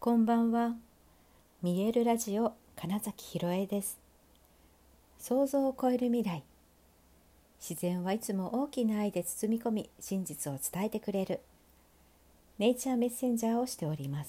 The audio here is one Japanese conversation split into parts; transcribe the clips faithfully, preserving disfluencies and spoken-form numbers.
こんばんは。見えるラジオ金崎ひろえです。想像を超える未来。自然はいつも大きな愛で包み込み、真実を伝えてくれるネイチャーメッセンジャーをしております。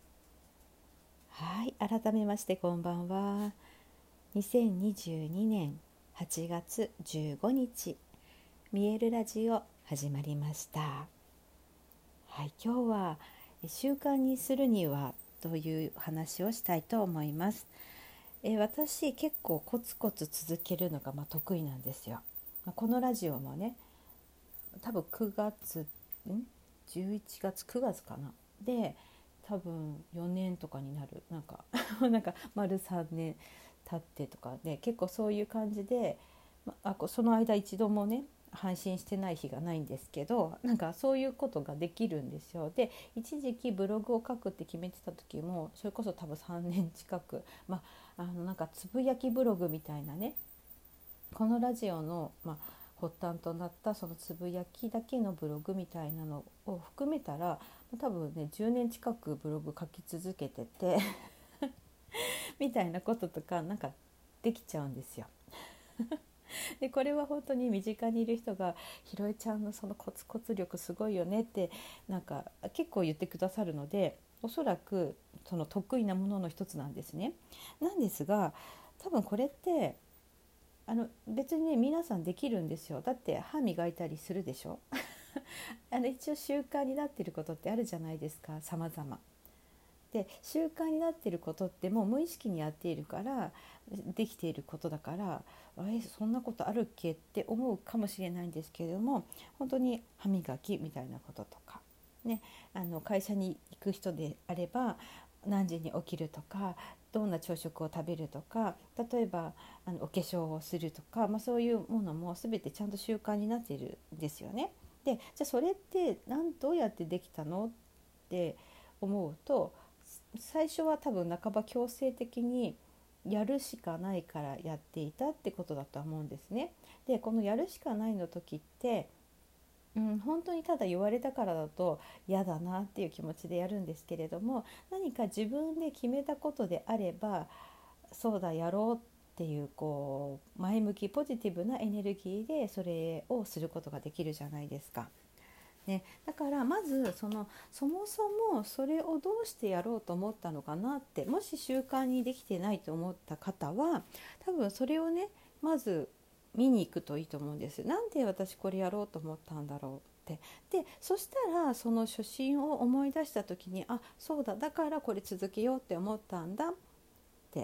はい、改めましてこんばんは。にせんにじゅうにねんはちがつじゅうごにち、見えるラジオ始まりました。はい、今日は習慣にするにはという話をしたいと思います。え私結構コツコツ続けるのがまあ得意なんですよ。まあ、このラジオもね、多分くがつんじゅういちがつくがつかなで、多分よねんとかになる、なんかなんか丸さんねん経ってとかで、結構そういう感じで、まあ、こその間一度もね配信してない日がないんですけど、なんかそういうことができるんですよ。で、一時期ブログを書くって決めてた時も、それこそ多分さんねん近く、まあ、あのなんかつぶやきブログみたいなね、このラジオの、まあ、発端となったそのつぶやきだけのブログみたいなのを含めたら、多分ねじゅうねん近くブログ書き続けててみたいなこととかなんかできちゃうんですよ。でこれは本当に身近にいる人がひろえちゃんのそのコツコツ力すごいよねってなんか結構言ってくださるので、おそらくその得意なものの一つなんですね。なんですが、多分これってあの別にね皆さんできるんですよ。だって歯磨いたりするでしょあの一応習慣になっていることってあるじゃないですか、様々で。習慣になっていることってもう無意識にやっているからできていることだから、えそんなことあるっけって思うかもしれないんですけれども、本当に歯磨きみたいなこととかね、あの会社に行く人であれば何時に起きるとか、どんな朝食を食べるとか、例えばあのお化粧をするとか、まあ、そういうものも全てちゃんと習慣になっているんですよね。で、じゃあそれって何どうやってできたのって思うと、最初は多分半ば強制的にやるしかないからやっていたってことだと思うんですね。で、このやるしかないの時って、うん、本当にただ言われたからだと嫌だなっていう気持ちでやるんですけれども、何か自分で決めたことであれば、そうだやろうっていうこう前向きポジティブなエネルギーでそれをすることができるじゃないですか。ね、だからまずそのそもそもそれをどうしてやろうと思ったのかなって、もし習慣にできてないと思った方は多分それをねまず見に行くといいと思うんです。なんで私これやろうと思ったんだろうって。でそしたらその初心を思い出した時に、あ、そうだ、だからこれ続けようって思ったんだって、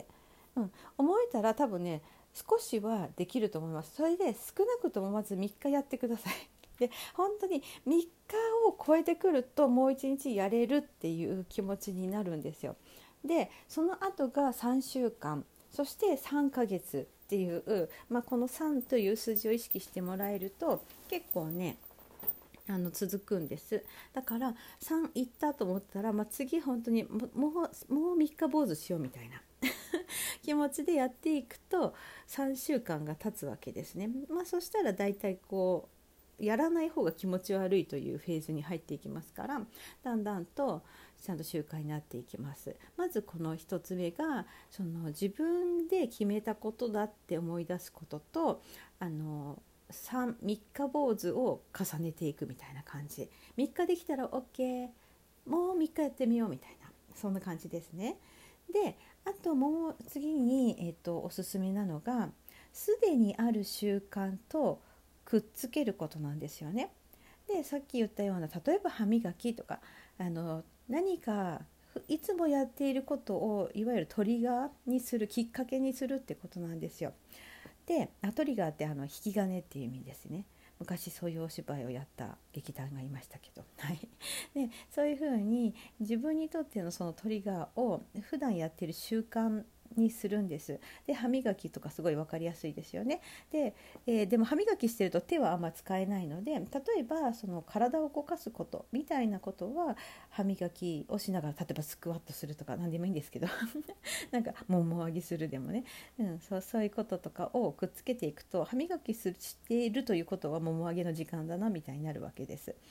うん、思えたら多分ね少しはできると思います。それで少なくともまずみっかやってください。で本当にみっかを超えてくるともういちにちやれるっていう気持ちになるんですよ。でその後がさんしゅうかん、そしてさんかげつっていう、まあ、このさんという数字を意識してもらえると結構ねあの続くんです。だからさんいったと思ったら、まあ、次本当にもうもうみっか坊主しようみたいな気持ちでやっていくとさんしゅうかんが経つわけですね。まあ、そしたらだいたいこうやらない方が気持ち悪いというフェーズに入っていきますから、だんだんとちゃんと習慣になっていきます。まずこの一つ目がその自分で決めたことだって思い出すことと、あのさん、みっか坊主を重ねていくみたいな感じ。みっかできたら OK、 もうみっかやってみようみたいな、そんな感じですね。であともう次に、えーと、おすすめなのが、すでにある習慣とくっつけることなんですよね。でさっき言ったような、例えば歯磨きとか、あの何かいつもやっていることをいわゆるトリガーにする、きっかけにするってことなんですよ。でトリガーってあの引き金っていう意味ですね。昔そういうお芝居をやった劇団がいましたけど、はい、でそういうふうに自分にとってのそのトリガーを普段やっている習慣にするんです。で歯磨きとかすごい分かりやすいですよね。で、えーでも歯磨きしてると手はあんま使えないので、例えばその体を動かすことみたいなことは歯磨きをしながら、例えばスクワットするとか何でもいいんですけどなんかもも上げするでもね、うん、そう、そういうこととかをくっつけていくと、歯磨きするしているということはもも上げの時間だなみたいになるわけです。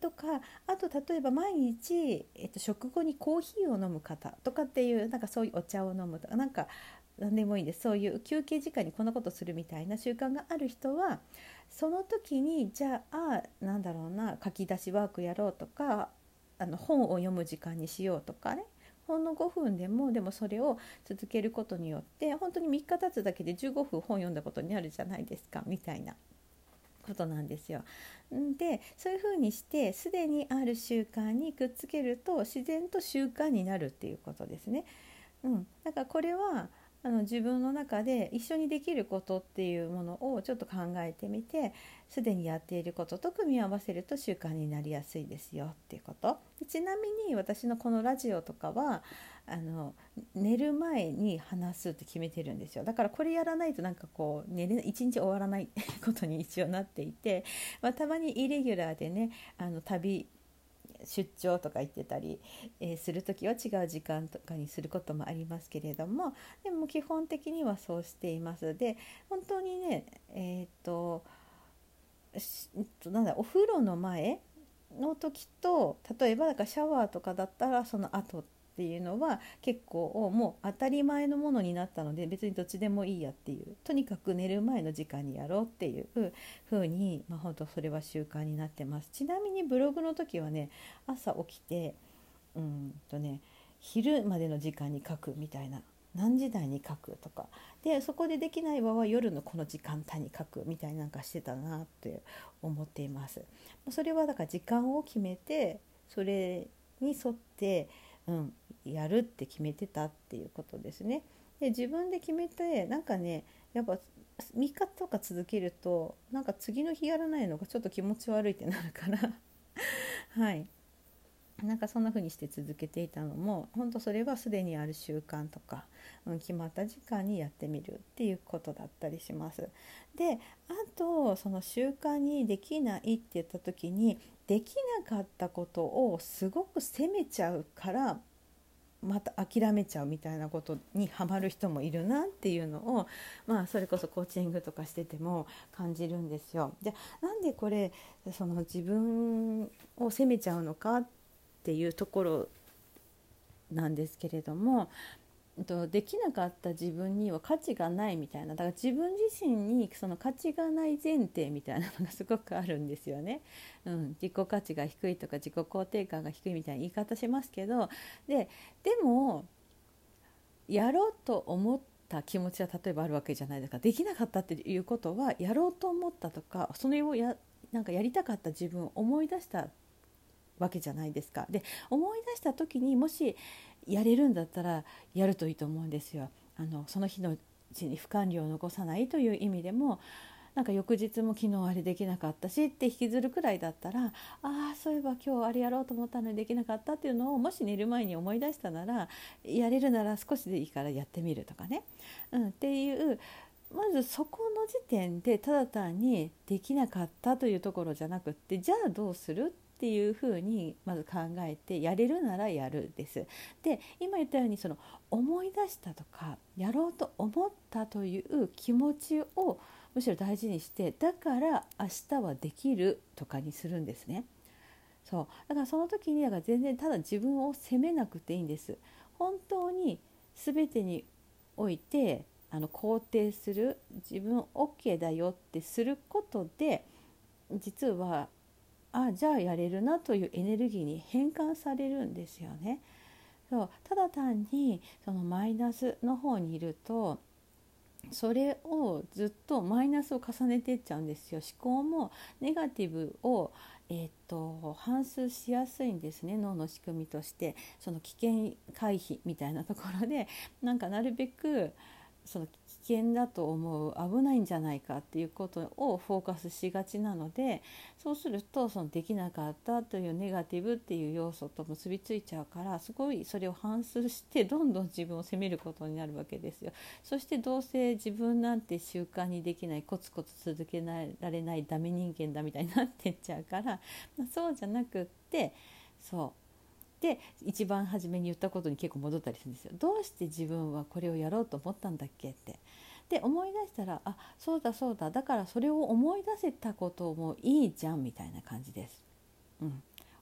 とか、あと例えば毎日、えっと、食後にコーヒーを飲む方とかっていう、なんかそういうお茶を飲むとか、なんか何でもいいです。そういう休憩時間にこんなことするみたいな習慣がある人は、その時にじゃあ、なんだろうな、書き出しワークやろうとか、あの本を読む時間にしようとかね、ほんのごふんでもでもそれを続けることによって本当にみっか経つだけでじゅうごふん本読んだことになるじゃないですか、みたいなことなんですよ。でそういうふうにしてすでにある習慣にくっつけると自然と習慣になるっていうことですね。うん、だからこれはあの自分の中で一緒にできることっていうものをちょっと考えてみて、すでにやっていることと組み合わせると習慣になりやすいですよっていうこと。ちなみに私のこのラジオとかはあの寝る前に話すって決めてるんですよ。だからこれやらないとなんかこう寝れ一日終わらないことに一応なっていて、まあ、たまにイレギュラーでね、あの旅出張とか行ってたり、えーする時は違う時間とかにすることもありますけれども、でも基本的にはそうしています。で本当にね、えーっとしなんだお風呂の前の時と、例えばだからシャワーとかだったらその後っていうのは結構もう当たり前のものになったので、別にどっちでもいいやっていう、とにかく寝る前の時間にやろうっていう風に、まあ、本当それは習慣になってます。ちなみにブログの時はね、朝起きてうんとね昼までの時間に書くみたいな、何時台に書くとかで、そこでできない場合は夜のこの時間帯に書くみたいなんかしてたなって思っています。それはだから時間を決めてそれに沿って、うん、やるって決めてたっていうことですね。で自分で決めてなんかね、やっぱみっかとか続けるとなんか次の日やらないのがちょっと気持ち悪いってなるからはい、なんかそんな風にして続けていたのも、本当それはすでにある習慣とか、うん、決まった時間にやってみるっていうことだったりします。であとその習慣にできないって言った時に、できなかったことをすごく責めちゃうからまた諦めちゃうみたいなことにハマる人もいるなっていうのを、まあ、それこそコーチングとかしてても感じるんですよ。でなんでこれその自分を責めちゃうのかっていうところなんですけれども、できなかった自分には価値がないみたいな、だから自分自身にその価値がない前提みたいなのがすごくあるんですよね。うん、自己価値が低いとか自己肯定感が低いみたいな言い方しますけど、ででもやろうと思った気持ちは例えばあるわけじゃないですか。できなかったっていうことはやろうと思ったとか、それをやなんかやりたかった自分を思い出したわけじゃないですか。で思い出した時にもしやれるんだったらやるといいと思うんですよ。あのその日のうちに不完了を残さないという意味でも、なんか翌日も昨日あれできなかったしって引きずるくらいだったら、ああそういえば今日あれやろうと思ったのにできなかったっていうのをもし寝る前に思い出したなら、やれるなら少しでいいからやってみるとかね、うん、っていう、まずそこの時点でただ単にできなかったというところじゃなくって、じゃあどうするっていうふうにまず考えて、やれるならやるです。で今言ったように、その思い出したとかやろうと思ったという気持ちをむしろ大事にして、だから明日はできるとかにするんですね。そうだからその時にだから全然ただ自分を責めなくていいんです。本当に全てにおいてあの肯定する、自分 OK だよってすることで、実はあじゃあやれるなというエネルギーに変換されるんですよね。そうただ単にそのマイナスの方にいると、それをずっとマイナスを重ねていっちゃうんですよ。思考もネガティブを、えー、と反芻しやすいんですね、脳の仕組みとして。その危険回避みたいなところで、なんかなるべくその危険だと思う、危ないんじゃないかっていうことをフォーカスしがちなので、そうするとそのできなかったというネガティブっていう要素と結びついちゃうから、すごいそれを反芻してどんどん自分を責めることになるわけですよ。そしてどうせ自分なんて習慣にできない、コツコツ続けられないダメ人間だみたいになってっちゃうから、まあ、そうじゃなくって、そうで一番初めに言ったことに結構戻ったりするんですよ。どうして自分はこれをやろうと思ったんだっけって。で思い出したら、あそうだそうだ、だからそれを思い出せたこともいいじゃんみたいな感じです。うん、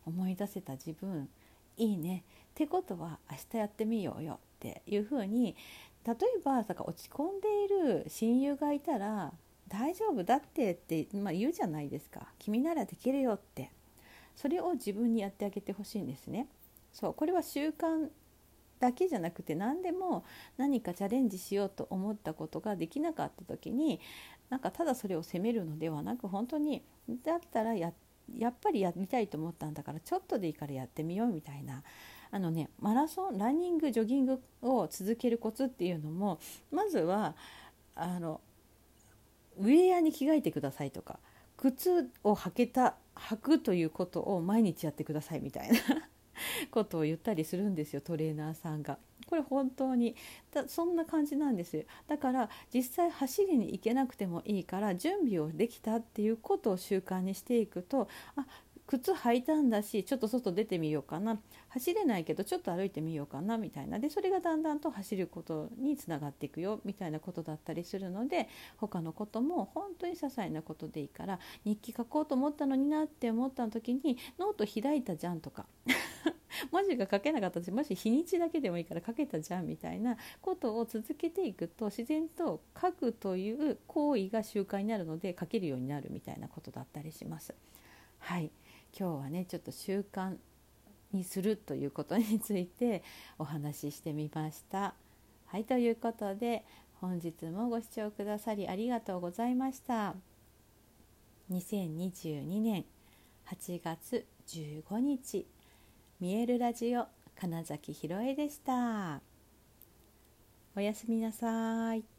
思い出せた自分いいねってことは明日やってみようよっていうふうに、例えばだから落ち込んでいる親友がいたら大丈夫だってって、まあ、言うじゃないですか。君ならできるよって、それを自分にやってあげてほしいんですね。そうこれは習慣だけじゃなくて、何でも何かチャレンジしようと思ったことができなかった時に、なんかただそれを責めるのではなく、本当にだったら や, やっぱりやりたいと思ったんだからちょっとでいいからやってみようみたいな。あのね、マラソンランニングジョギングを続けるコツっていうのも、まずはあのウェアに着替えてくださいとか、靴を履けた履くということを毎日やってくださいみたいなことを言ったりするんですよ、トレーナーさんが。これ本当にだそんな感じなんですよ。だから実際走りに行けなくてもいいから準備をできたっていうことを習慣にしていくと、あ、靴履いたんだしちょっと外出てみようかな、走れないけどちょっと歩いてみようかなみたいな、でそれがだんだんと走ることにつながっていくよみたいなことだったりするので、他のことも本当に些細なことでいいから、日記書こうと思ったのになって思った時にノート開いたじゃんとか文字が書けなかったし、もし日にちだけでもいいから書けたじゃんみたいなことを続けていくと、自然と書くという行為が習慣になるので書けるようになるみたいなことだったりします。はい、今日はねちょっと習慣にするということについてお話ししてみました。はい、ということで本日もご視聴くださりありがとうございました。にせんにじゅうにねんはちがつじゅうごにち、見えるラジオ金崎ひろえでした。おやすみなさい。